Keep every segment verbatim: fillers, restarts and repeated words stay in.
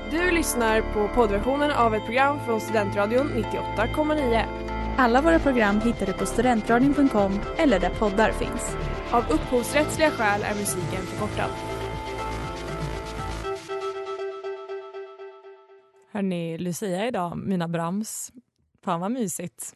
Du lyssnar på poddversionen av ett program från Studentradion nittioåtta komma nio. Alla våra program hittar du på studentradion punkt com eller där poddar finns. Av upphovsrättsliga skäl är musiken förkortad. Hörrni, Lucia idag, mina brams. Fan vad mysigt.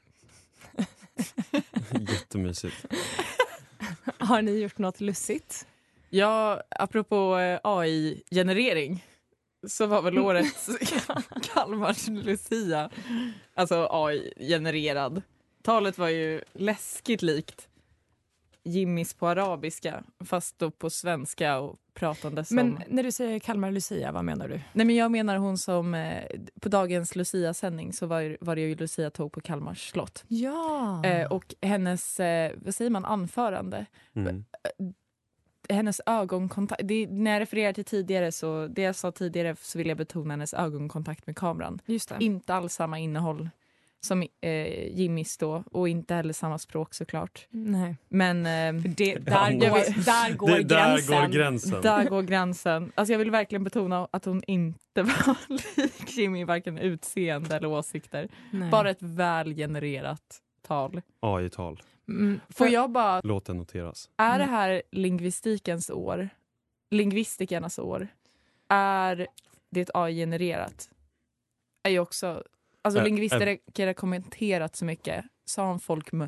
Jättemysigt. Har ni gjort något lustigt? Ja, apropå A I-generering så var väl årets Kalmars Lucia alltså A I-genererad. Talet var ju läskigt likt Jimmys på arabiska, fast då på svenska och pratande som... Men när du säger Kalmar Lucia, vad menar du? Nej, men jag menar hon som eh, på dagens Lucia-sändning så var, var det ju Lucia-tåg på Kalmars slott. Ja. Eh, och hennes, eh, vad säger man, anförande. Mm. Hennes ögonkontakt, det, när jag refererar till tidigare så, det jag sa tidigare så vill jag betona hennes ögonkontakt med kameran. Just det. Inte alls samma innehåll som eh, Jimmys då, och inte heller samma språk såklart. Nej. Men eh, Det, där, Ja, går, där går det, där gränsen. går gränsen. där går gränsen. Alltså jag vill verkligen betona att hon inte var lik Jimmy, varken utseende eller åsikter. Nej. Bara ett välgenererat tal. A I-tal. Mm, Får jag bara, Låt det noteras. är det här lingvistikens år? Lingvistikernas år? Är det A I-genererat? Är ju också... Alltså Ä- lingvister har kommenterat så mycket. Sa han folkmö?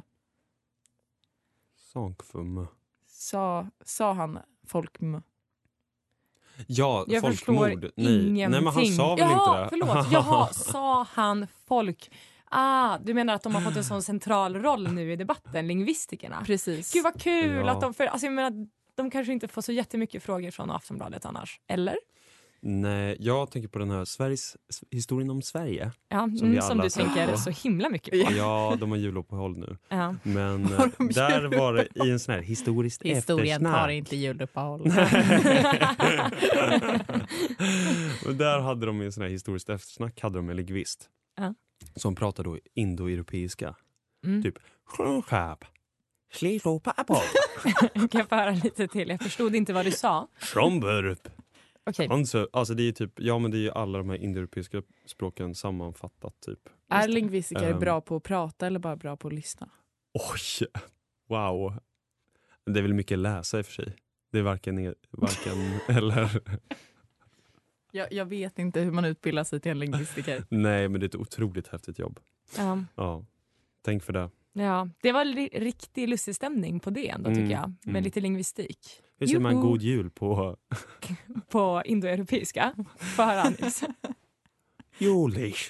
Sankfum. Sa, sa han folkmö? Ja, Jag folkmord. förstår Nej. ingenting. Nej, men han sa väl Jaha, inte det? förlåt. Jaha, sa han folk. Ah, du menar att de har fått en sån central roll nu i debatten, lingvistikerna? Precis. Gud vad kul Ja. att de... För, alltså jag menar, de kanske inte får så jättemycket frågor från Aftonbladet annars. Eller? Nej, jag tänker på den här Sveriges, historien om Sverige. Ja, Som som, vi mm, som alla du ser tänker på. så himla mycket på. Ja, de har juluppehåll nu. Ja. Men eh, där var det i en sån här historiskt Historien tar eftersnack. inte juluppehåll. Och där hade de i en sån här historiskt eftersnack hade de en lingvist. Ja. Som pratade då indoeuropeiska. Mm. Typ Sjönskap. Slilopapop. Kan jag få höra lite till? Jag förstod inte vad du sa. Fromburp. Okej. Alltså, alltså det är ju typ, ja men det är ju alla de här indoeuropeiska språken sammanfattat typ. Är lingvistiker Um, bra på att prata eller bara bra på att lyssna? Oj, wow. Det är väl mycket läsa i och för sig. Det är varken, varken eller. Jag, jag vet inte hur man utbildar sig till en lingvistiker. Nej, men det är ett otroligt häftigt jobb. Ja. Ja, tänk för det. Ja, det var ri- riktig lustig stämning på det ändå, Mm, tycker jag. Med mm. lite lingvistik. Hur säger man Joho. god jul på På indoeuropeiska. Få höra, Anis. Julish?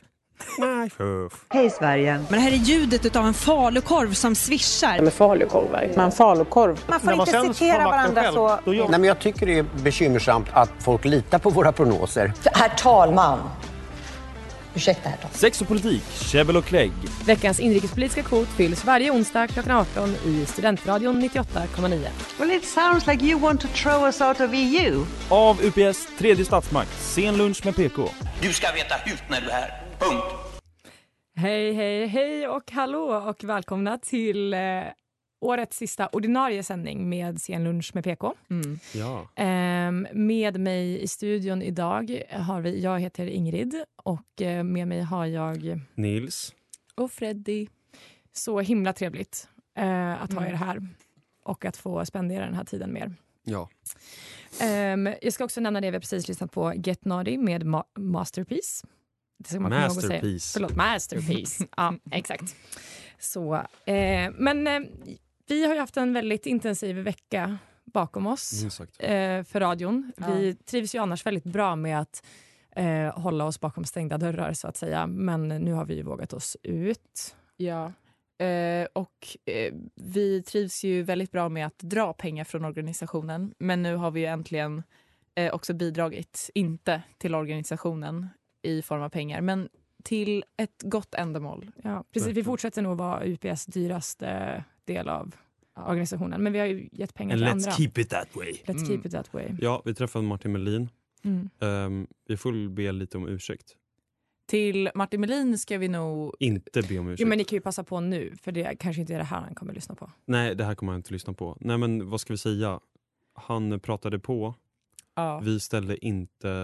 Hej Sverige. Men det här är ljudet av en falukorv som svischar. Med falukorvar. Men falukorv. Man får inte citera varandra så. Nej, men jag tycker det är bekymmersamt att folk litar på våra prognoser. Herr talman. Ursäkta herr talman. Sex och politik, käbbel och klägg. Veckans inrikespolitiska kvot fylls varje onsdag klockan arton i Studentradion nittioåtta komma nio. Well, it sounds like you want to throw us out of E U. Av U P S tredje statsmakt, sen lunch med P K. Du ska veta hut när du är här. Punkt. Hej, hej, hej och hallå och välkomna till eh, årets sista ordinarie sändning med Sen lunch med P K. Mm. Ja. Ehm, med mig i studion idag har vi, jag heter Ingrid och eh, med mig har jag Nils. Och Freddy. så himla trevligt eh, att ha Mm. er här och att få spendera den här tiden med er. Ja. Ehm, jag ska också nämna det, vi har precis lyssnat på Get Naughty med Ma- Masterpiece. Det ska man komma ihåg att säga. Masterpiece. Förlåt, Masterpiece. Ja, exakt. Så, eh, men eh, vi har ju haft en väldigt intensiv vecka bakom oss Minst sagt. eh, för radion. Ja. Vi trivs ju annars väldigt bra med att eh, hålla oss bakom stängda dörrar så att säga. Men nu har vi ju vågat oss ut. Ja. Eh, och eh, vi trivs ju väldigt bra med att dra pengar från organisationen. Men nu har vi ju äntligen eh, också bidragit, inte till organisationen i form av pengar, men till ett gott ändamål. Ja, precis. Vi fortsätter nog vara U P S dyraste del av organisationen. Men vi har ju gett pengar And till let's andra. keep it that way. Let's Mm. keep it that way. Ja, vi träffade Martin Melin. Mm. Um, vi får be lite om ursäkt. Till Martin Melin ska vi nog... Inte be om ursäkt. Jo, men ni kan ju passa på nu, för det kanske inte är det här han kommer lyssna på. Nej, det här kommer jag inte lyssna på. Nej, men vad ska vi säga? Han pratade på. Ja. Vi ställde inte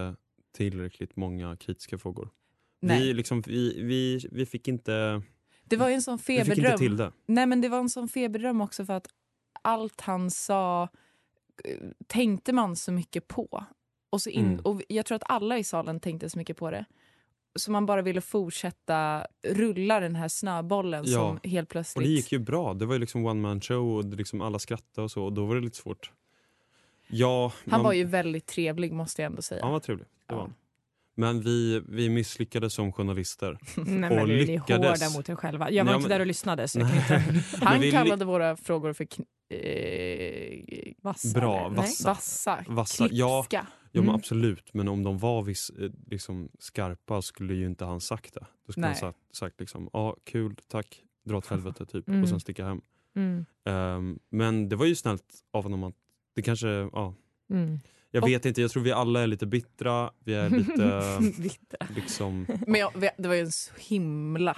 tillräckligt många kritiska frågor. Nej. Vi, liksom, vi, vi, vi fick inte... Det var ju en sån Vi fick inte feberdröm. till det. Nej, men det var en sån feberdröm också för att allt han sa eh, tänkte man så mycket på. Och, så in, Mm. och jag tror att alla i salen tänkte så mycket på det. Så man bara ville fortsätta rulla den här snöbollen Ja. som helt plötsligt... Och det gick ju bra. Det var ju liksom one man show och det liksom alla skrattade och så. Och då var det lite svårt. Ja, Han man, var ju väldigt trevlig, måste jag ändå säga. Han var trevlig. Det Ja. var han. Men vi, vi misslyckades som journalister. Nej, men och nu är ni lyckades. hårda mot er själva. Jag var Ja, inte men- där och lyssnade. Så jag Nej. kan inte... Han Men vi- kallade våra frågor för kn- eh, Vassa, Bra, eller? Nej. vassa. vassa, Vassa, ja. klipska. Ja, men Mm. absolut. Men om de var viss, eh, liksom, skarpa skulle ju inte han sagt det. Då skulle Nej. han sagt, sagt liksom, ja, kul, tack, dra åt helvete typ. Mm. Och sen sticka hem. Mm. Ehm, men det var ju snällt av honom att, det kanske, ja. Mm. Jag Och- vet inte, jag tror vi alla är lite bittra. Vi är lite, Bittra. liksom... Men jag, det var ju en så himla,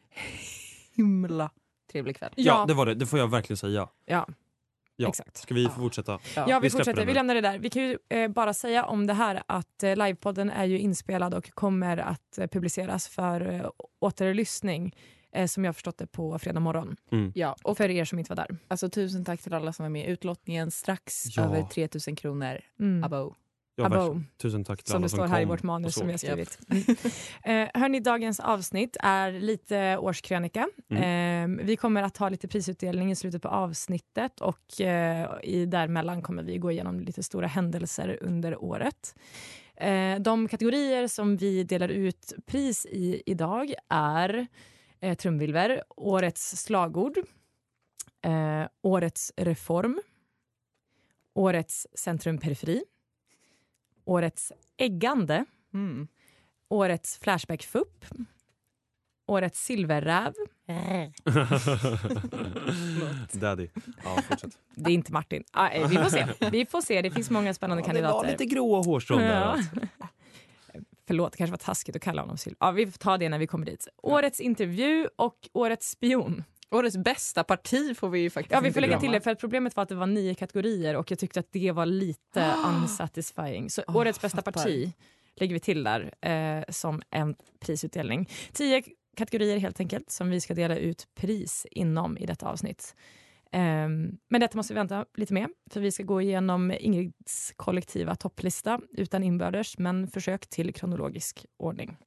himla trevlig kväll. Ja, det var det. Det får jag verkligen säga. Ja. Ja. Exakt. Ska vi fortsätta? Ja, vi släpper fortsätter. den Vi nu. lämnar det där. Vi kan ju eh, bara säga om det här att eh, livepodden är ju inspelad och kommer att eh, publiceras för eh, återlyssning eh, som jag har förstått det på fredag morgon. Mm. Ja, Och och för er som inte var där. alltså tusen tack till alla som var med i utlottningen. Strax Ja. över tre tusen kronor. Mm. Abo. Ja, Abo. verkligen. Tusen tack till Som alla det som står här i kom vårt och manus så. som jag skrivit. Mm. eh, hörni, dagens avsnitt är lite årskrönika. Mm. Eh, vi kommer att ha lite prisutdelning i slutet på avsnittet och eh, i däremellan kommer vi gå igenom lite stora händelser under året. Eh, de kategorier som vi delar ut pris i idag är eh, trumvilver, årets slagord, eh, årets reform, årets centrum-periferi, årets äggande, Mm. årets flashback-fupp, årets silverräv. Daddy. Ja, fortsätt. Det är inte Martin. Ah, eh, vi får se. Vi får se. Det finns många spännande Det kandidater. var lite gråa hårstrån där. Ja. Alltså. Förlåt, det kanske var taskigt att kalla honom silver. Ja, vi får ta det när vi kommer dit. Årets intervju och årets spion. Årets bästa parti får vi ju faktiskt Ja, vi inte får lägga glömma. till det för att problemet var att det var nio kategorier och jag tyckte att det var lite unsatisfying. Så Oh, årets bästa fattar. parti lägger vi till där eh, som en prisutdelning. Tio kategorier helt enkelt som vi ska dela ut pris inom i detta avsnitt. Um, men detta måste vi vänta lite med för vi ska gå igenom Ingrids kollektiva topplista utan inbördes men försök till kronologisk ordning.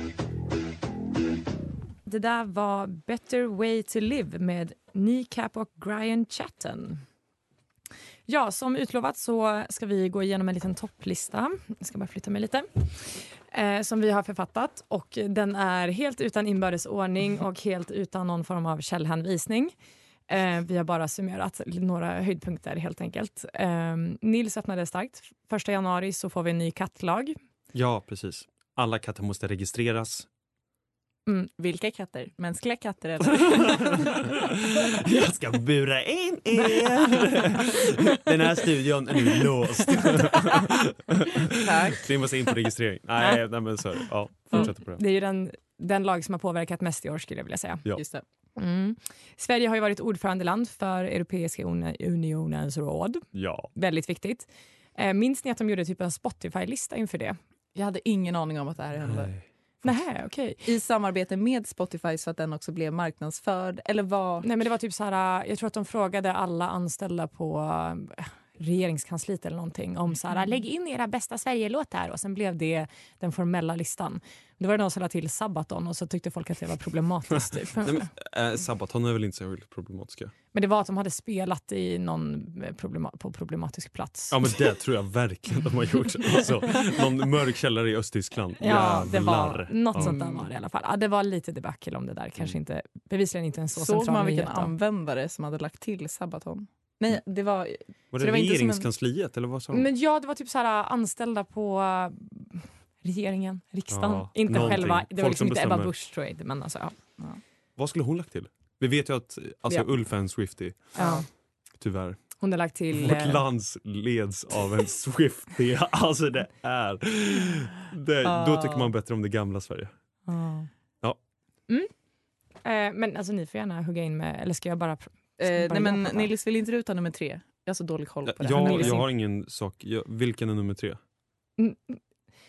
Det där var Better Way to Live med Kneecap och Brian Chatton. Ja, som utlovat så ska vi gå igenom en liten topplista. Jag ska bara flytta mig lite. Eh, som vi har författat och den är helt utan inbördes ordning och helt utan någon form av källhänvisning. Eh, vi har bara summerat några höjdpunkter helt enkelt. Eh, Nils öppnade starkt. Första januari så får vi en ny kattlag. Ja, precis. Alla katter måste registreras. Mm. Vilka katter? Mänskliga katter eller? Jag ska bura in er. Den här studion är nu låst. Tack. Vi måste in på registrering. Nej, nej men så. Ja, fortsätt på det. Det är ju den, den lag som har påverkat mest i år skulle jag vilja säga. Ja. Just det. Mm. Sverige har ju varit ordförandeland för Europeiska unionens råd. Ja. Väldigt viktigt. Eh, minns ni att de gjorde typ en Spotify-lista inför det? Jag hade ingen aning om att det här hände. Nej. Nej, okej. I samarbete med Spotify så att den också blev marknadsförd. Eller vad? Nej, men det var typ så här, jag tror att de frågade alla anställda på eh, regeringskansliet eller någonting om så här, lägg in era bästa Sverige-låtar och sen blev det den formella listan. Det var det någon som la till Sabaton och så tyckte folk att det var problematiskt. Typ. Nej, men, äh, Sabaton är väl inte så problematiska. Men det var att de hade spelat i någon problema- på problematisk plats. Ja, men det tror jag verkligen de har gjort. Alltså, någon mörk källare i Östtyskland. Ja, det var Jävlar. något Ja. sånt där var det i alla fall. Ja, det var lite debacle om det där. Kanske Mm. inte, bevisligen inte en så Såg central man vilken nyhet då. användare som hade lagt till Sabaton? Nej, det var... Var så det, det var inte som en- regeringskansliet eller vad sa de? Men ja, det var typ så här anställda på uh, regeringen, riksdagen. Ja, inte någonting. själva, det var Folk liksom som inte Ebba bestämmer. Busch tror jag, men alltså ja. Vad skulle hon lagt till? Vi vet ju att alltså, Ja. Ulf är en Swiftie. ja. Tyvärr. Hon har lagt till... Vårt eh, lands leds av en Swiftie. Alltså det är... Det, Då tycker man bättre om det gamla Sverige. ja. Ja. Mm. Eh, men alltså ni får gärna hugga in med, eller ska jag bara... pr- ska Eh, jag bara nej men prata? Nils, vill inte du ta nummer tre? Jag har så dålig koll på det. Jag, Nils jag in- har ingen sak. Jag, vilken är nummer tre? Mm.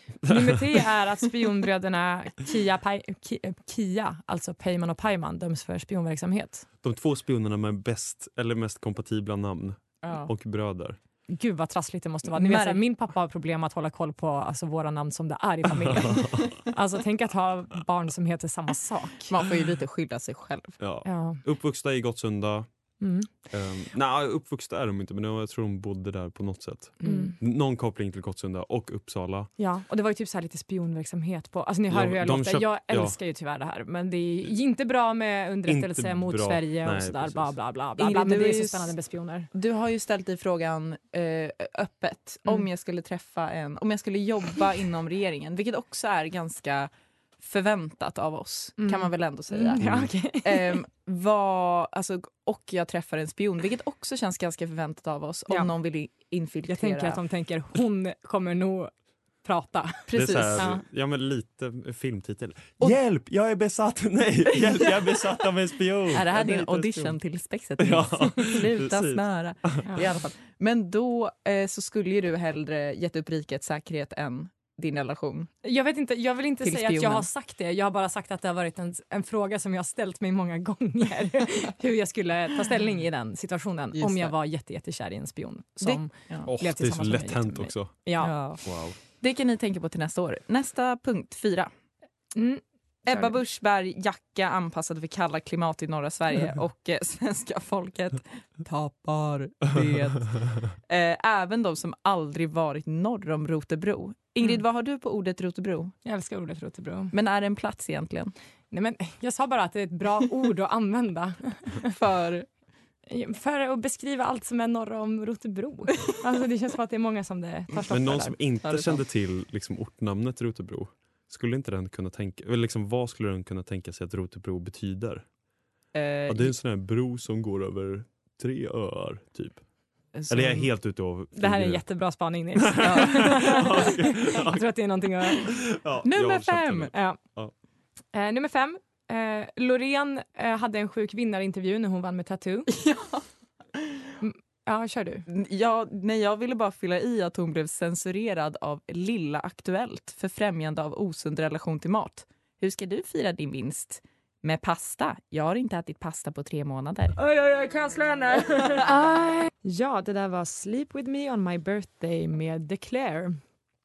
Nummer tre är att spionbröderna Kia, Pai- Ki- Kia, alltså Peyman och Paiman, döms för spionverksamhet. De två spionerna med bäst eller mest kompatibla namn Ja. och bröder. Gud vad trassligt det måste vara. Ni vet, så här, min pappa har problem att hålla koll på alltså, våra namn som det är i familjen. Alltså tänk att ha barn som heter samma sak. Man får ju lite skylla sig själv. Ja. Ja. Uppvuxna i Gottsunda. Mm. Um, nej, uppvuxna är de inte, men jag tror de bodde där på något sätt. Mm. Någon koppling till Gottsunda och Uppsala. Ja, och det var ju typ så här lite spionverksamhet på. Alltså ni hör Ja, hur jag de låter. köpt- jag ja. älskar ju tyvärr det här, men det är inte bra med underrättelse Inte mot bra. Sverige Nej, och sådär. precis. Bla, bla, bla, bla, Ingrid, bla. Men du det är är så ju spännande s- med spioner. Du har ju ställt dig frågan eh, öppet Mm. om jag skulle träffa en, om jag skulle jobba inom regeringen, vilket också är ganska förväntat av oss, Mm. kan man väl ändå säga. Mm, ja, okej. Ehm, vad, alltså, och jag träffar en spion, vilket också känns ganska förväntat av oss om Ja. någon vill infiltrera. Jag tänker att de tänker hon kommer nog prata. Precis. Det är så här, Ja. ja. men lite filmtitel. Och- Hjälp, jag är besatt. Nej, hjälp, jag är besatt av en spion. Är det här Jag din dejtar en audition spion. till Spexet? Ja, Sluta precis. snöra. I alla fall. Men då eh, så skulle ju du hellre gett upp rikets säkerhet än din relation. Jag vet inte, jag vill inte Till säga att jag spionen. har sagt det. Jag har bara sagt att det har varit en, en fråga som jag har ställt mig många gånger. Hur jag skulle ta ställning i den situationen. Just om jag det. var jätte, jättekär i en spion. Som Ja. Åh, blev det är så tillsammans med mig lätt hänt jättemycket. också. Ja. Ja. Wow. Det kan ni tänka på till nästa år. Nästa punkt, fyra. Mm. Ebba Busch bär jacka anpassad för kalla klimat i norra Sverige och eh, svenska folket tappar det. Eh, även de som aldrig varit norr om Rotebro. Ingrid, Mm. vad har du på ordet Rotebro? Jag älskar ordet Rotebro. Men är det en plats egentligen? Nej, men jag sa bara att det är ett bra ord att använda. För För att beskriva allt som är norr om Rotebro. Alltså det känns som att det är många som det tar stopp Men någon för som där. inte Ja, det är kände till liksom, ortnamnet Rotebro, skulle inte den kunna tänka, eller liksom, vad skulle den kunna tänka sig att Rotebro betyder? eh, Ja, det är en sån här bro som går över tre öar, typ. som- Eller jag är helt ute och Det här är en flyger. jättebra spaning, Nils. Ja. Jag tror att det är någonting att... Ja, jag Nummer har köpt fem. den. Ja. Ja. Eh, nummer fem. Eh, Loreen eh, hade en sjuk vinnarintervju när hon vann med Tattoo. Ja. Mm, ja, kör du. Ja, nej, jag ville bara fylla i att hon blev censurerad av Lilla Aktuellt för främjande av osund relation till mat. Hur ska du fira din vinst? Med pasta? Jag har inte ätit pasta på tre månader. Oj, oj, oj, kan jag slå henne? Ja, det där var Sleep With Me On My Birthday med Declare.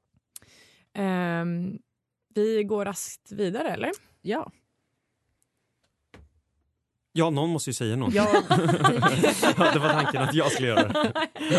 Um, vi går raskt vidare, eller? Ja. Ja, någon måste ju säga något. Jag, Det var tanken att jag skulle göra det.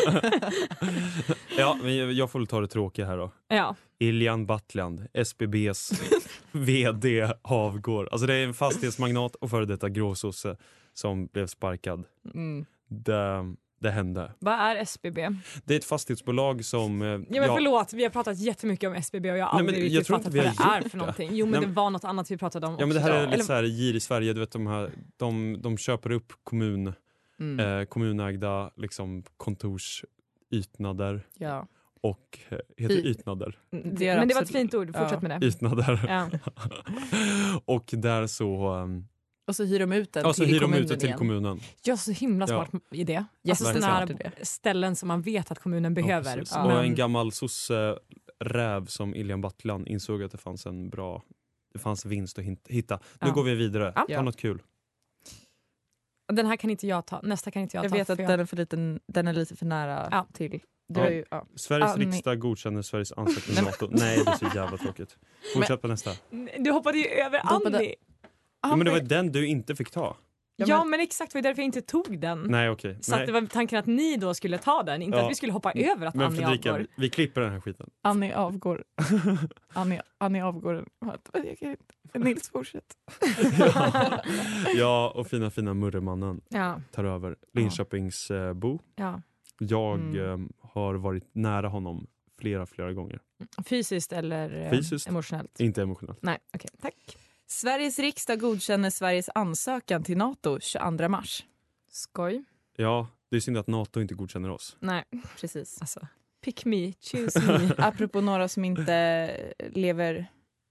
Ja, men jag- jag får väl ta det tråkiga här då. Ja. Iljan Battland, S B B:s vd, avgår. Alltså det är en fastighetsmagnat och före detta gråsosse som blev sparkad. mm. Det, det hände. Vad är S B B? Det är ett fastighetsbolag som... eh, Ja, men förlåt, vi har pratat jättemycket om S B B och jag har Nej, men aldrig jag riktigt tror inte fattat vi vad har det är gjort för det. någonting. Jo, men Nej, det men- var något annat vi pratade om Ja, men det också. här är Eller- lite så här gir i Sverige, du vet de här, de, de köper upp kommun, Mm. eh, kommunägda liksom kontorsytnader Ja. och eh, heter Y- ytnader. Mm, Det är men det var ett absolut- fint ord, fortsätt Ja. med det. Ytnader. Ja. Och där så, um, Och så hyr de ut den ja, så till hyr de kommunen ut det till igen. kommunen. Ja, så himla Ja. smart idé. Alltså Jättesmart sådana här idé. ställen som man vet att kommunen Ja, behöver. precis. Ja. Och Men- en gammal sosse räv som Iljan Battlan insåg att det fanns en bra, det fanns vinst att hint- hitta. Nu Ja. går vi vidare, Ja. ta något kul. Den här kan inte jag ta, nästa kan inte jag, Jag ta. vet för att jag- den är, för liten, den är lite för nära Ja. till. Du Ja. har ju, ja. Sveriges Ah, nej. riksdag godkänner Sveriges ansökan till Men- NATO. Nej, det är så jävla tråkigt. Fortsätt på nästa. Du hoppade ju över Du hoppade- Andy. Ja, men det var den du inte fick ta. Ja, Ja, men- men exakt, det var därför jag inte tog den. Nej, okej. Så att Nej. det var tanken att ni då skulle ta den, inte Ja. att vi skulle hoppa över att Men Annie Fredrika, avgår. vi klipper den här skiten. Annie avgår. Annie, Annie avgår. Jag kan inte. Nils, fortsätt. ja. ja, och fina fina Murremannen Ja, tar över. Linköpings eh, bo. ja. Jag Mm. eh, har varit nära honom flera, flera gånger. Fysiskt eller eh, Fysiskt. emotionellt? Inte emotionellt. Nej, okej, tack. Sveriges riksdag godkänner Sveriges ansökan till NATO tjugoandra mars. Skoj. Ja, det är synd att NATO inte godkänner oss. Nej, Precis. alltså. Pick me, choose me. Apropå några som inte lever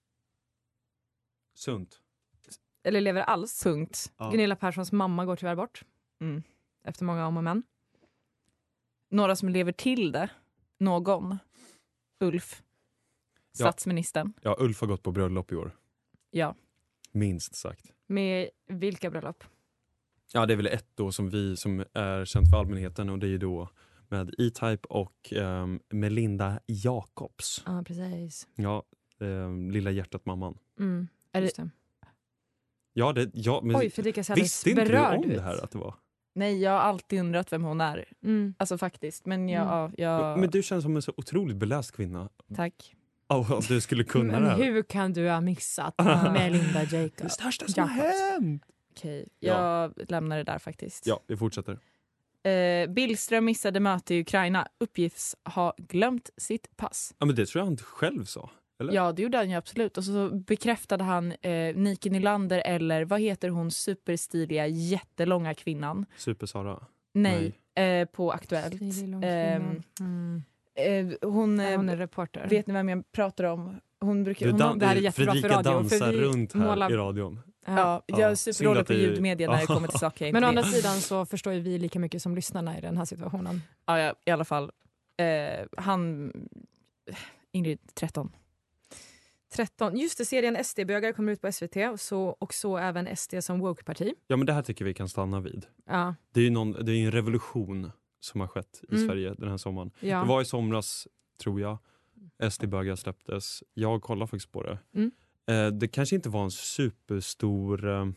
Sunt. Eller lever alls. punkt. Ja. Gunilla Perssons mamma går tyvärr bort. Mm. Efter många om och men. Några som lever till det. Någon. Ulf. statsministern. Ja, Ulf har gått på bröllop i år. Ja. Minst sagt. Med vilka bröllop? Ja, det är väl ett då som vi som är känt för allmänheten och det är ju då med E-Type och um, Melinda Jacobs. Ja, ah, precis. Ja, um, lilla hjärtat mamman. Mm, är det det? Ja, det ja, men Oj, Fredrika visste inte du om ut. det här att det var? Nej, jag har alltid undrat vem hon är. Mm. Alltså faktiskt, men jag, Mm. jag... Men du känns som en så otroligt beläst kvinna. Tack. Oh, att du skulle kunna Men det här. hur kan du ha missat Melinda Jacobs? Det största som har hänt. Okej, jag lämnar det där faktiskt. Ja, vi fortsätter. Eh, Billström missade möte i Ukraina. Uppgifts ha glömt sitt pass. Ja, men det tror jag han själv sa. Eller? Ja, det gjorde han ju absolut. Och så bekräftade han eh, Nike Nylander, eller vad heter hon, superstiliga, jättelånga kvinnan? Super-Sara. Nej, eh, på Aktuellt. Mm. Mm. Eh, hon, eh, hon är reporter. Vet ni vem jag pratar om? Hon brukar, Du hon, dan- det här är jättebra för Fredrika radio, för dansar vi runt här målar- i radion. Ja, jag är superdålig på Synd att det- ljudmedia när det kommer till saker jag inte Men å andra vet. sidan så förstår ju vi lika mycket som lyssnarna i den här situationen. Ja, ja, i alla fall. Eh, han... Ingrid, tretton. tretton. Just det, serien S D-bögar kommer ut på S V T och så, och så även S D som woke-parti. Ja, men det här tycker vi kan stanna vid. Ja. Det är ju någon, det är ju en revolution som har skett i Mm. Sverige den här sommaren. Ja. Det var i somras, tror jag. S D-bögar släpptes. Jag kollar faktiskt på det. Mm. Eh, det kanske inte var en superstor eh,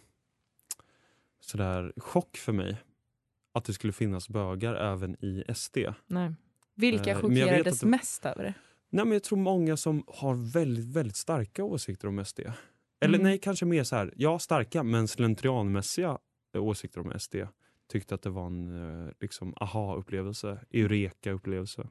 sådär chock för mig att det skulle finnas bögar även i S D. Nej. Vilka Eh, men jag vet chockerades att det- mest över det? Nej, men jag tror många som har väldigt, väldigt starka åsikter om S D. Eller Mm. nej, kanske mer så här, ja, starka men slentrianmässiga eh, åsikter om S D. Tyckte att det var en eh, liksom aha-upplevelse, eureka-upplevelse.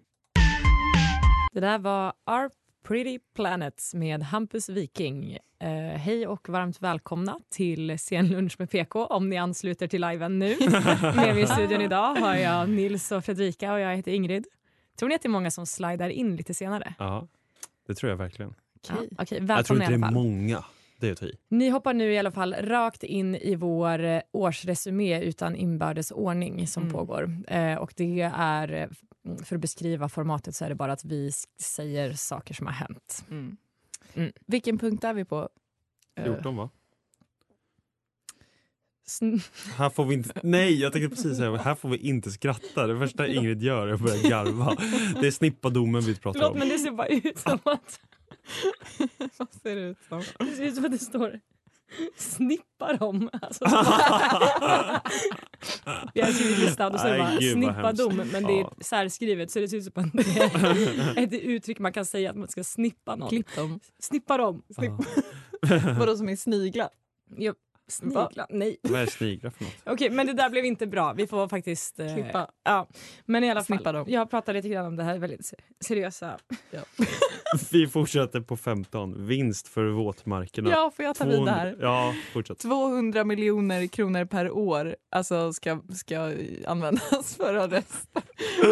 Det där var Our Pretty Planets med Hampus Viking. Eh, hej och varmt välkomna till Sen lunch med P K om ni ansluter till liven nu. Med mig i studion idag har jag Nils och Fredrika och jag heter Ingrid. Tror ni att det är många som slidar in lite senare? Ja, det tror jag verkligen. Okej, ja, okej, Jag tror välkomna inte i det alla är fall. många. Det är att ta i. Ni hoppar nu i alla fall rakt in i vår eh, årsresumé utan inbördes ordning som Mm. pågår. Eh, och det är, eh, för att beskriva formatet så är det bara att vi s- säger saker som har hänt. Mm. Mm. Vilken punkt är vi på? Eh, fjorton, va? Sn- Här får vi inte... Nej, jag tänkte precis säga, här får vi inte skratta. Det första Ingrid gör är att börja garva. Det är snippadomen vi pratar Förlåt, om. men det ser bara ut som att Vad ser det ut som? det ser ut som att det står snippa dem. Alltså, vi har skrivit listan och så är det Nej, bara gud, vad snippa dom, hemskt. men det är Ja. särskrivet så det ser ut som att det är ett uttryck man kan säga att man ska snippa någon. Klipp dem. Snippa dem. Ja. Vadå, som är snigla? Jag, snigla? Nej. Vad är sniglar för något? Okej, men det där blev inte bra. Vi får faktiskt... Eh, Klippa. Ja. Men i alla fall, Snippa dem. jag pratade lite grann om det här väldigt se- seriösa. Vi fortsätter på femton. Vinst för våtmarkerna. Ja, får jag ta vid tvåhundra här? Ja, fortsätt. tvåhundra miljoner kronor per år alltså ska, ska användas för att resta.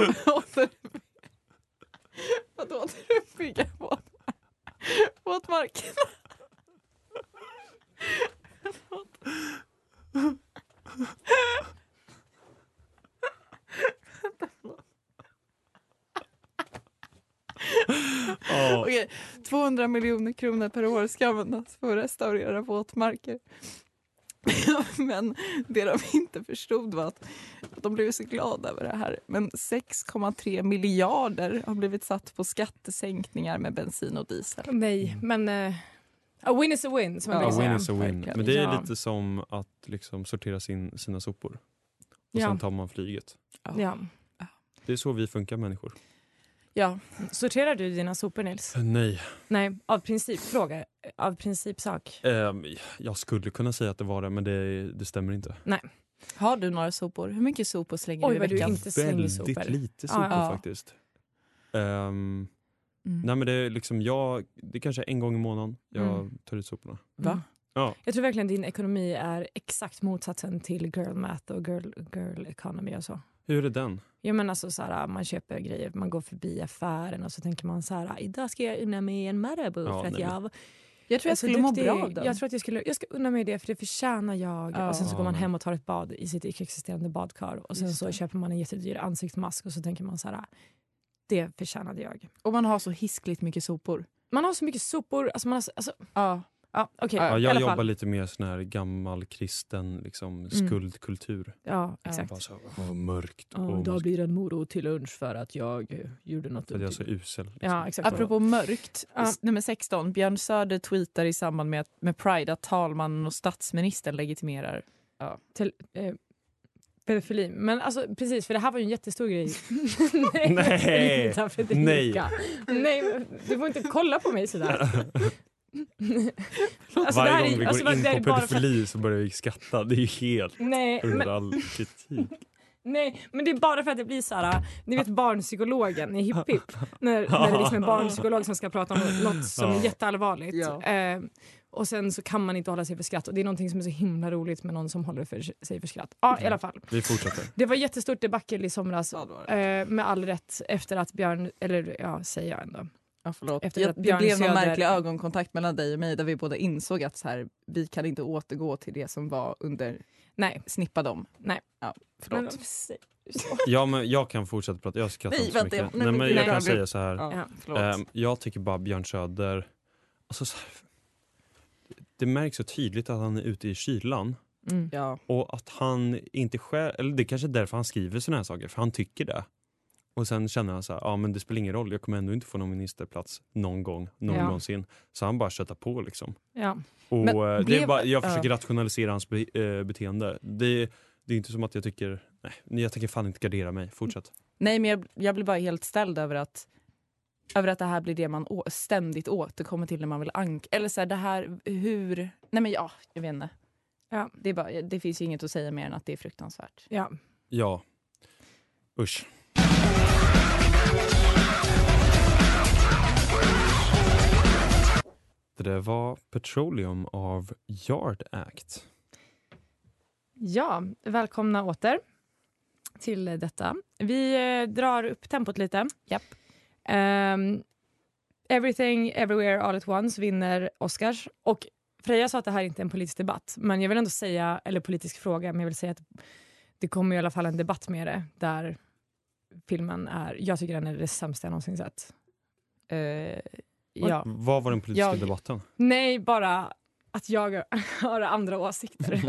Vadå, återuppbygga våt, våtmarkerna? Ja. Okej, tvåhundra miljoner kronor per år ska användas för att restaurera våtmarker. Men det de inte förstod var att de blev så glada över det här. Men sex komma tre miljarder har blivit satt på skattesänkningar med bensin och diesel. Nej, men... Eh, a win is a win, som man Ja, brukar A win säga. is a win. verkligen. Men det är Ja. lite som att liksom sortera sin, sina sopor. Och Ja. sen tar man flyget. Ja. Det är så vi funkar människor. Ja, Sorterar du dina sopor, Nils? Eh, Nej. Nej, av principfråga. Av principsak. Ehm, jag skulle kunna säga att det var det, men det, det stämmer inte. Nej. har du några sopor? Hur mycket sopor slänger Oj, du i vad du veckan? inte slänger Väldigt sopor. lite Ja, sopor ja. faktiskt. Ehm, Mm. Nej, men det är liksom jag, det är kanske en gång i månaden jag Mm. tar ut soporna. Va? Ja. Jag tror verkligen din ekonomi är exakt motsatsen till girl math och girl, girl economy och så. Hur är den? Jag menar alltså så här, man köper grejer, man går förbi affären och så tänker man så här, idag ska jag unna mig en Marabou Ja, för att nej, jag... men- var- Jag tror jag är så skulle må duktig. bra av den. Jag tror att jag skulle, jag ska unna mig det för det förtjänar jag. Ja. Och sen så går Ja, man nej. hem och tar ett bad i sitt icke-existerande badkar. Och sen Just så det. köper man en jättedyr ansiktsmask och så tänker man så här, det förtjänade jag. Och man har så hiskligt mycket sopor. Man har så mycket sopor. Alltså man har, alltså, ja. Ja, okay, ja, i jag alla jobbar fall. lite mer sån här gammal kristen liksom, skuldkultur. Ja, exakt. Bara så, oh, mörkt. Ja, och då blir det en morot till lunch för att jag eh, gjorde något. För att jag är så usel. Liksom. Ja, exakt. Apropå mörkt, Ja. nummer sexton. Björn Söder tweetar i samband med, med Pride att talmannen och statsministern legitimerar. Ja. Till, eh, pedofili. Men alltså precis, för det här var ju en jättestor grej. Nej. Nej. Nej, du får inte kolla på mig sådär. Alltså, Varje gång vi alltså, går in det på pedofili för... så börjar vi skratta. Det är ju helt Nej, under men... all kritik. Nej, men det är bara för att det blir så här, ni vet barnpsykologen i Hipp Hipp, när, när det är liksom en barnpsykolog som ska prata om något som är jätteallvarligt. Ja. Eh, och sen så kan man inte hålla sig för skratt. Och det är någonting som är så himla roligt med någon som håller för sig för skratt. Ja, i alla fall. Vi fortsätter. Det var jättestort debacle i somras, eh, med all rätt, efter att Björn, eller ja, säger jag ändå. Ja, förlåt. Efter Jag, att det Björn blev någon Söder... märklig ögonkontakt mellan dig och mig där vi båda insåg att så här, vi kan inte återgå till det som var under Nej. snippa dem. Nej. Ja, förlåt. Men, Ja, men jag kan fortsätta prata. Jag skrattar Nej, inte så vänta, mycket. jag- nej, Nej, men men det jag är kan bra. säga så här. Ja, Ehm, jag tycker bara Björn Söder... Alltså, så här, det märks så tydligt att han är ute i kylan. Mm. Ja. Och att han inte själv... Eller det är kanske är därför han skriver såna här saker. För han tycker det. Och sen känner han så här, ja men det spelar ingen roll. Jag kommer ändå inte få någon ministerplats någon gång. Någonsin. Ja. Så han bara köttar på liksom. Ja. Och Men det blev- är bara, jag försöker ja. rationalisera hans be, äh, beteende. Det, det är inte som att jag tycker... Nej, jag tänker fan inte gardera mig. Fortsätt. Nej, men jag, jag blir bara helt ställd över att över att det här blir det man å, ständigt återkommer till när man vill ank eller så här, det här hur nej men ja, jag vet inte. Ja, det är bara det finns ju inget att säga mer än att det är fruktansvärt. Ja. Ja. Usch. Det där var Petroleum av Yard Act. Ja, välkomna åter till detta. Vi eh, drar upp tempot lite. Japp. Um, Everything, Everywhere, All at Once vinner Oscars. Och Freja sa att det här inte är en politisk debatt. Men jag vill ändå säga, eller politisk fråga, men jag vill säga att det kommer i alla fall en debatt med det. Där filmen är, jag tycker den är det sämsta jag någonsin sett. Uh, ja. Vad var den politiska jag, debatten? Nej, bara att jag har andra åsikter.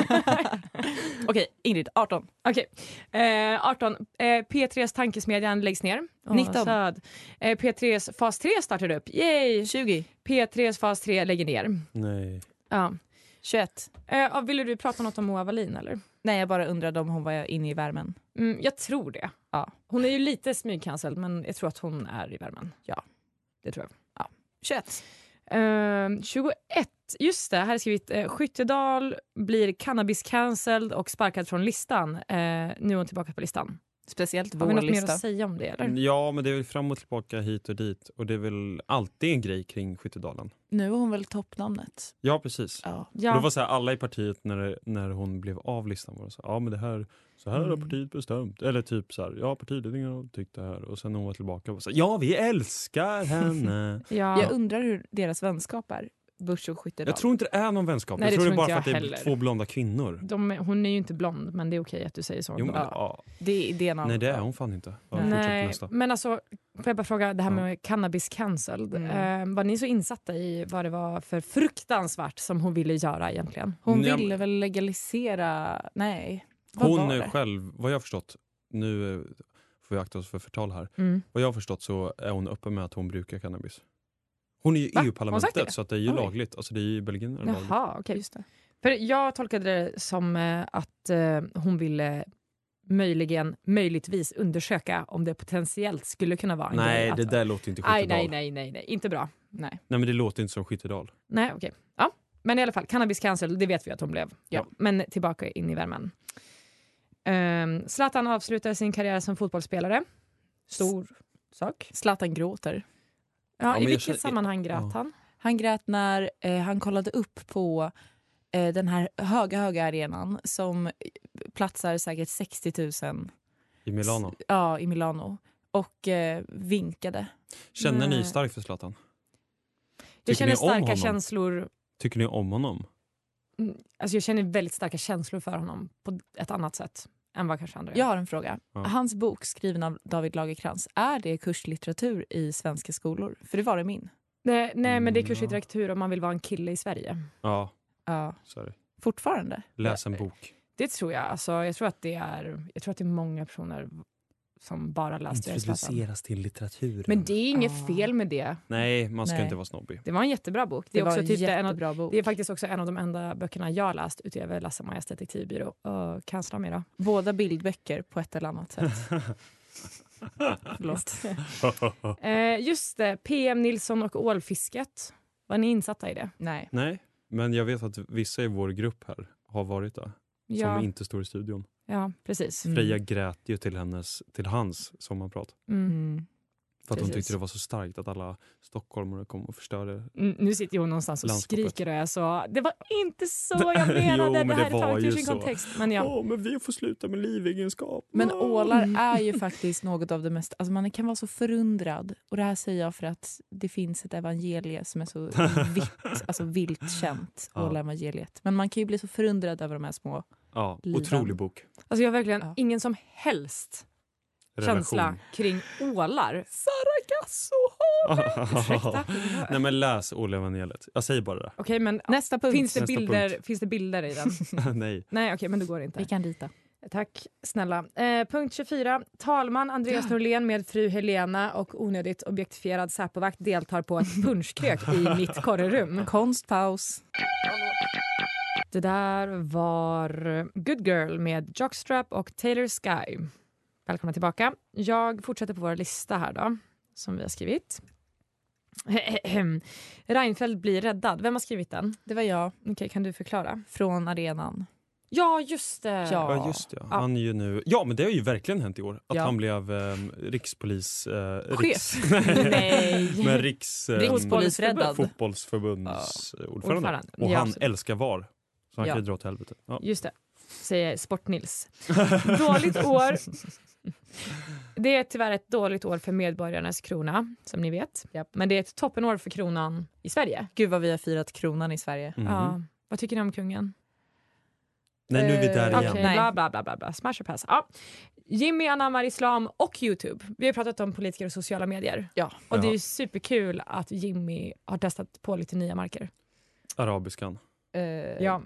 Okej, Ingrid, arton. Okej, eh, arton. Eh, P tre:s tankesmedjan läggs ner. Oh, nitton. Söd. Eh, P tre:s fas tre startar upp. Yay! tjugo. P tre:s fas tre lägger ner. Nej. Ja. tjugoett. Eh, ville du prata något om Moa Wallin eller? Nej, jag bara undrade om hon var inne i värmen. Mm, jag tror det. Ja. Hon är ju lite smygcancelled, men jag tror att hon är i värmen. Ja, det tror jag. Ja. tjugoett. Uh, tjugoett. Just det, här har skrivit uh, Skyttedal blir cannabis cancelled och sparkad från listan. Uh, nu är hon tillbaka på listan. Speciellt vår Har vi något lista. mer att säga om det eller? Ja, men det är väl fram och tillbaka hit och dit. Och det är väl alltid en grej kring Skyttedalen. Nu är hon väl toppnamnet. Ja, precis. Ja. Ja. Och det var så här, alla i partiet när, det, när hon blev av listan var det så här, ja men det här, så här Mm. har partiet bestämt. Eller typ så här, ja partiledningen har tyckt det här. Och sen när hon var tillbaka var så här, ja vi älskar henne. Ja. Jag undrar hur deras vänskap är. Bush och Skyttedal. Jag tror inte det är någon vänskap. Nej, jag det tror det är tror bara inte för jag att det är heller. två blonda kvinnor. De, hon är ju inte blond, men det är okej att du säger så. Jo, men, Ja. ja. Det, det är en av... Nej, det är hon fan inte. Ja, fortsätt Nej, nästa. men alltså, får jag bara fråga det här med cannabis cancelled. Mm. Eh, var ni så insatta i vad det var för fruktansvärt som hon ville göra egentligen? Hon Nej, ville väl legalisera... Nej. Vad Hon var är det? själv, vad jag har förstått, nu eh, får vi akta oss för förtal här. Mm. Vad jag har förstått så är hon öppen med att hon brukar cannabis. Hon är ju i Va? Har hon sagt E U-parlamentet det? så att det är ju Oj. lagligt. Alltså det är ju i Belgien är det lagligt. Jaha, okej. Just det. För jag tolkade det som eh, att eh, hon ville möjligen, möjligtvis undersöka om det potentiellt skulle kunna vara en Nej, grej. det att, där låter inte nej, Skyttedal. nej, nej, nej, nej, inte bra. Nej. Nej, men det låter inte som Skyttedal. Nej, okej. Ja, men i alla fall, cannabis cancel, det vet vi att hon blev. Ja. Men tillbaka in i värmen. Um, Zlatan avslutar sin karriär som fotbollsspelare. Stor sak. Zlatan gråter. Ja, Ja, i men jag vilket känner- sammanhang grät ja. han? Han grät när eh, han kollade upp på eh, den här höga, höga arenan som platsar säkert sextio tusen. I Milano. S- Ja, i Milano. Och eh, vinkade. Känner Nej. ni starkt för Zlatan? Jag Tycker känner ni om starka honom? känslor. Tycker ni om honom? Mm, Alltså jag känner väldigt starka känslor för honom på ett annat sätt än vad kanske andra gör. Jag har en fråga. Ja. Hans bok skriven av David Lagercrantz, är det kurslitteratur i svenska skolor? För det var det min. Nej, nej men det är Mm, kurslitteratur om man vill vara en kille i Sverige. Ja, Ja. sorry. Fortfarande? Läs en bok. Det tror jag. Alltså, jag, tror att det är, jag tror att det är många personer som bara läste Introduceras till litteraturen. Men det är inget Ah. fel med det. Nej, man ska Nej. inte vara snobbig. Det var en jättebra bok. Det, Det är, var också en typ en jättebra av, bok. det är faktiskt också en av de enda böckerna jag läst utöver Lasse-Majas detektivbyrå och Kansla med då. Båda bildböcker på ett eller annat sätt. Förlåt. eh, just det, P M Nilsson och ålfisket. Var ni insatta i det? Nej. Nej, men jag vet att vissa i vår grupp här har varit där. Ja. Som inte står i studion. Ja, precis. Freja grät ju till hennes, till hans sommarprat. Mm. För att hon Precis. tyckte det var så starkt att alla stockholmare kom och förstörde. Mm, nu sitter hon någonstans och landskapet. skriker och jag så. Det var inte så jag menade. Jo, men det här det är var taget ju ur sin så. kontext. Men ja. Åh, men vi får sluta med livegenskap. Men Åh. ålar är ju faktiskt något av det mest... Alltså man kan vara så förundrad. Och det här säger jag för att det finns ett evangelie som är så vitt, alltså vilt känt. Ja. Ålevangeliet. Men man kan ju bli så förundrad över de här små... Ja, liven. otrolig bok. Alltså jag har verkligen Ja. ingen som helst Relation. känsla kring ålar. Saragasso! Ursäkta. Nej, men läs Ålevangeliet. Jag säger bara det. Okej, men Nästa punkt. finns det, Nästa bilder, punkt. finns det bilder i den? Nej. Nej, okej, men då går det inte. Vi kan rita. Tack, snälla. Eh, punkt tjugofyra. Talman Andreas Norlén med fru Helena och onödigt objektifierad säpovakt deltar på ett punschkrök i mitt korrerum. Konstpaus. Det där var Good Girl med Jockstrap och Taylor Sky. Välkomna tillbaka. Jag fortsätter på vår lista här då, som vi har skrivit. Reinfeldt blir räddad. Vem har skrivit den? Det var jag. Okej, kan du förklara? Från arenan. Ja, just det. Ja. Ja, just det. Han är ju nu... Ja, men det har ju verkligen hänt i år. Att Ja. han blev eh, rikspolis... Eh, Chef. riks, Nej. men riks... Eh, Rikspolisräddad. fotbollsförbundsordförande. Ordförande. Och Ja, han så- älskar V A R. Så han Ja. kan ju dra till helvete. Ja. Just det, säger Sport-Nils. Dåligt år. Det är tyvärr ett dåligt år för medborgarnas krona, som ni vet. Japp. Men det är ett toppenår för kronan i Sverige. Gud vad vi har firat kronan i Sverige. Mhm. Ja. Vad tycker ni om kungen? Nej, nu är vi där Eh, Okej, igen. Nej. bla bla bla bla bla. Smash or pass. Ja. Jimmy anammar islam och YouTube. Vi har pratat om politiker och sociala medier. Ja. Och det är Ja. ju superkul att Jimmy har testat på lite nya marker. Arabiskan. Eh, Ja.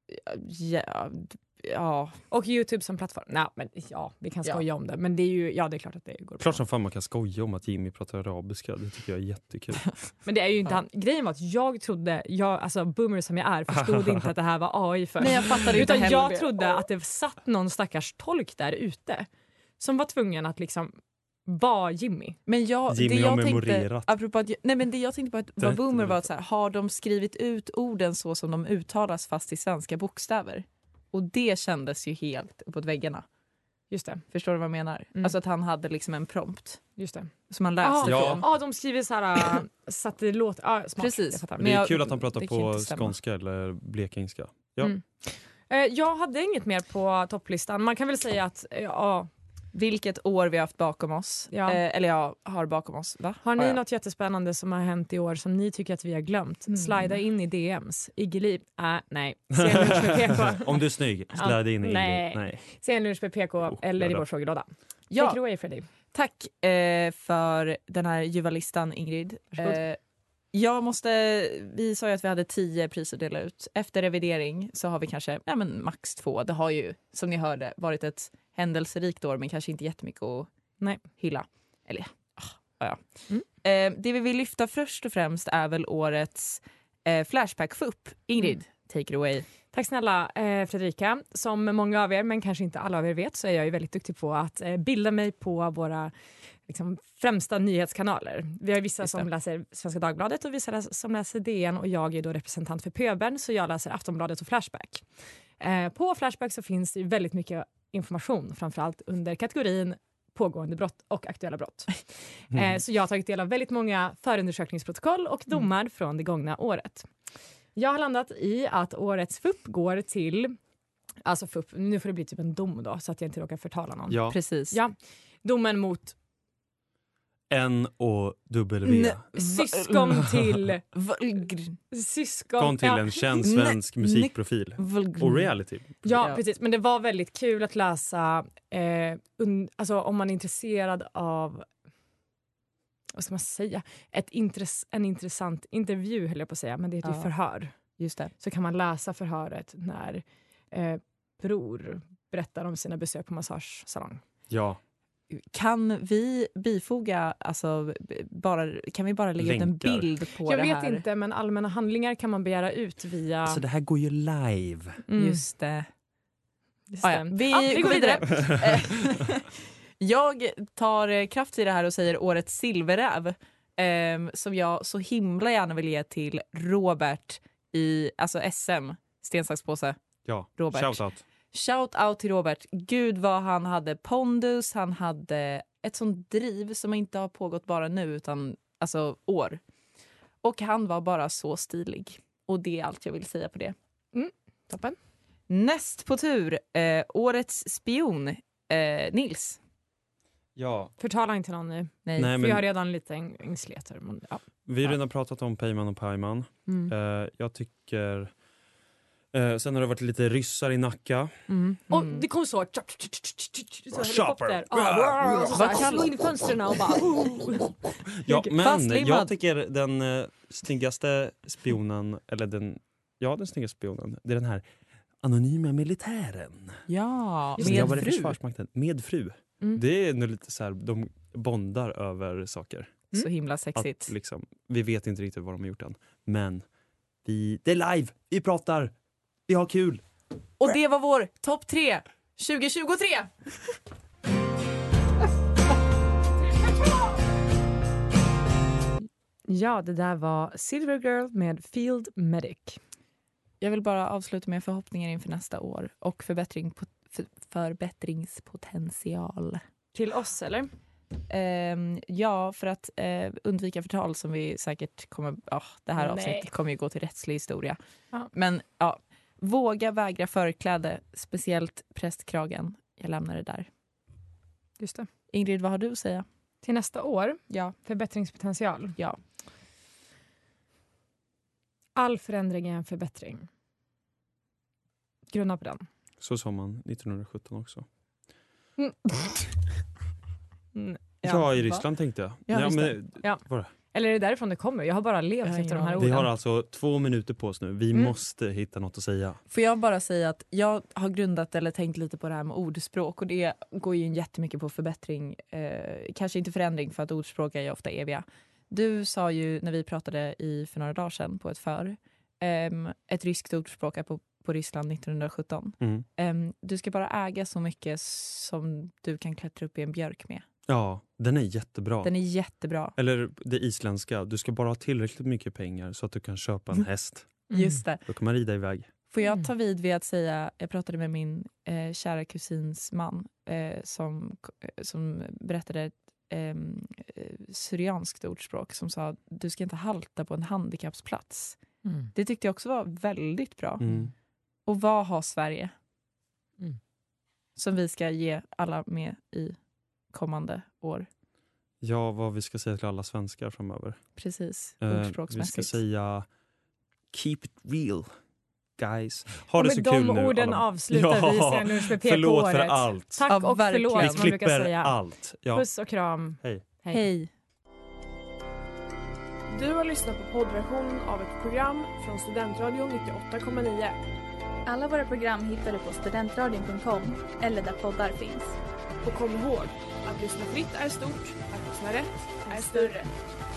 Ja. Ja. Och YouTube som plattform. Nej, men ja, vi kan Ja. skoja om det. Men det är ju, ja, det är klart att det går Klart bra. som fan man kan skoja om att Jimmy pratar arabiska. Det tycker jag är jättekul. Men det är ju inte Ja. han. Grejen var att jag trodde, jag, alltså boomer som jag är, förstod inte att det här var A I för. Nej, jag fattade inte Utan heller jag det. trodde att det satt någon stackars tolk där ute som var tvungen att liksom vara Jimmy. Men jag, Jimmy det jag har tänkte, memorerat. apropå att, nej men det jag tänkte på att var Rätt boomer var vet. att så här, har de skrivit ut orden så som de uttalas fast i svenska bokstäver? Och det kändes ju helt uppåt väggarna. Just det. Förstår du vad jag menar? Mm. Alltså att han hade liksom en prompt Just det. som han läste Ah, Ja. från. Ja, de skriver så här äh, så att det låter ah, smart. Precis. Jag fattar. Men det är jag- kul att han pratar det kan ju på inte stämma. skånska eller blekingska. Ja. Mm. Eh, jag hade inget mer på topplistan. Man kan väl säga att eh, ja, Vilket år vi har haft bakom oss. Ja. Eh, eller jag har bakom oss. Va? har ni jag? något jättespännande som har hänt i år som ni tycker att vi har glömt? Mm. Slida in i D Ms. Iggeli, äh, nej. Se en lunch med P K. Om du är snygg, slide in i Nej. Nej. Se en lunch med P K Oh, eller i jävlar. vår frågelåda. Ja. Take it away, Freddy. Tack eh, för den här ljuva listan, Ingrid. Varsågod. Eh, jag måste, vi sa ju att vi hade tio priser att dela ut. Efter revidering så har vi kanske ja, men max två. Det har ju, som ni hörde, varit ett händelserikt år men kanske inte jättemycket att Nej. hylla. Eller ah, ja. Mm. Eh, det vi vill lyfta först och främst är väl årets eh, Flashback F U P. Ingrid, take it away. Tack snälla eh, Fredrika. Som många av er, men kanske inte alla av er vet, så är jag ju väldigt duktig på att eh, bilda mig på våra liksom, främsta nyhetskanaler. Vi har vissa Just det. som läser Svenska Dagbladet och vissa som läser D N och jag är då representant för Pöbeln så jag läser Aftonbladet och Flashback. Eh, på Flashback så finns det ju väldigt mycket information, framförallt under kategorin pågående brott och aktuella brott. Mm. Eh, så jag har tagit del av väldigt många förundersökningsprotokoll och domar Mm. från det gångna året. Jag har landat i att årets F U P går till, alltså F U P, nu får det bli typ en dom då så att jag inte råkar förtala någon. Ja. Precis. Ja, domen mot N och W. Syskon till... Syskon... Kom till en känd svensk musikprofil. Och reality. Ja, precis. Men det var väldigt kul att läsa eh, un, alltså, om man är intresserad av vad ska man säga? Ett intress, en intressant intervju, höll jag på att säga, men det heter ju förhör. Just det. Så kan man läsa förhöret när eh, Bror berättar om sina besök på massagesalong. Ja. Kan vi bifoga, alltså, bara, kan vi bara lägga Länkar. ut en bild på jag det här? Jag vet inte, men allmänna handlingar kan man begära ut via... Alltså det här går ju live. Mm. Just det. Just ah, ja. Vi, ja, vi går vidare. vidare. Jag tar kraft i det här och säger årets silverräv. Eh, som jag så himla gärna vill ge till Robert i alltså S M, stensaxpåse. Ja, Robert. shout out. Shout out till Robert. Gud vad han hade pondus, han hade ett sånt driv som inte har pågått bara nu utan alltså år. Och han var bara så stilig. Och det är allt jag vill säga på det. Mm, toppen. Näst på tur, eh, årets spion, eh, Nils. Ja. Förtala inte någon nu. Nej, Nej för men... jag har redan lite ängsligheter. Men, ja. Vi har redan pratat om Peyman och Peyman. Mm. Uh, jag tycker... Uh, sen har det varit lite ryssar i Nacka. Mm. Och det kom så... så helikopter. Ah, så så här, slå in fönstren och bara... Ja, men jag tycker den uh, snyggaste spionen, eller den, ja, den snyggaste spionen, det är den här anonyma militären. Ja, som jobbar i fru. Försvarsmakten. Med fru. Mm. Det är nog lite så här, de bondar över saker. Mm. Så himla sexigt. Att, liksom, vi vet inte riktigt vad de har gjort än. Men vi, det är live, vi pratar, vi har kul. Och det var vår topp tre tjugo tjugotre. Ja, det där var Silver Girl med Field Medic. Jag vill bara avsluta med förhoppningar inför nästa år och förbättring på, för, förbättringspotential. Till oss, eller? Um, ja, för att uh, undvika förtal som vi säkert kommer... Oh, det här Nej. avsnittet kommer ju gå till rättslig historia. Ja. Men ja, våga vägra förkläde, speciellt prästkragen. Jag lämnar det där. Just det. Ingrid, vad har du att säga? Till nästa år? Ja. Förbättringspotential? Ja. All förändring är en förbättring. Grunna på den. Så sa man nittonhundrasjutton också. Mm. Mm, ja, ja, i Ryssland va? Tänkte jag. Ja, ja, men, ja. Eller är det därifrån det kommer? Jag har bara levt jag efter de här orden. Vi har alltså två minuter på oss nu. Vi mm. måste hitta något att säga. Får jag bara säga att jag har grundat eller tänkt lite på det här med ordspråk. Och det går ju jättemycket på förbättring. Eh, kanske inte förändring, för att ordspråk är ju ofta eviga. Du sa ju när vi pratade i för några dagar sedan på ett för. Eh, ett ryskt ordspråk är på, på Ryssland nittonhundrasjutton. Mm. Eh, du ska bara äga så mycket som du kan klättra upp i en björk med. Ja, den är jättebra. Den är jättebra. Eller det isländska. Du ska bara ha tillräckligt mycket pengar så att du kan köpa en häst. Mm. Just det. Då kan man rida iväg. Får jag ta vid vid att säga, jag pratade med min eh, kära kusins man eh, som, som berättade ett eh, syrianskt ordspråk som sa du ska inte halta på en handikappsplats. Mm. Det tyckte jag också var väldigt bra. Mm. Och vad har Sverige? Mm. Som vi ska ge alla med i kommande år. Ja, vad vi ska säga till alla svenskar framöver. Precis, eh, ordspråksmässigt. Vi ska säga keep it real, guys. Ha och det med så de kul nu. orden alla. avslutar ja, vi Sen Lunch med P K-året. Förlåt för allt. Tack ja, och verkligen. förlåt, som man brukar säga. allt. Ja. Puss och kram. Hej. Hej. Hej. Du har lyssnat på poddversionen av ett program från Studentradion nittioåtta komma nio. Alla våra program hittar du på studentradion punkt com eller där poddar finns. Och kom ihåg, att lyssna fritt är stort, att lyssna rätt är större.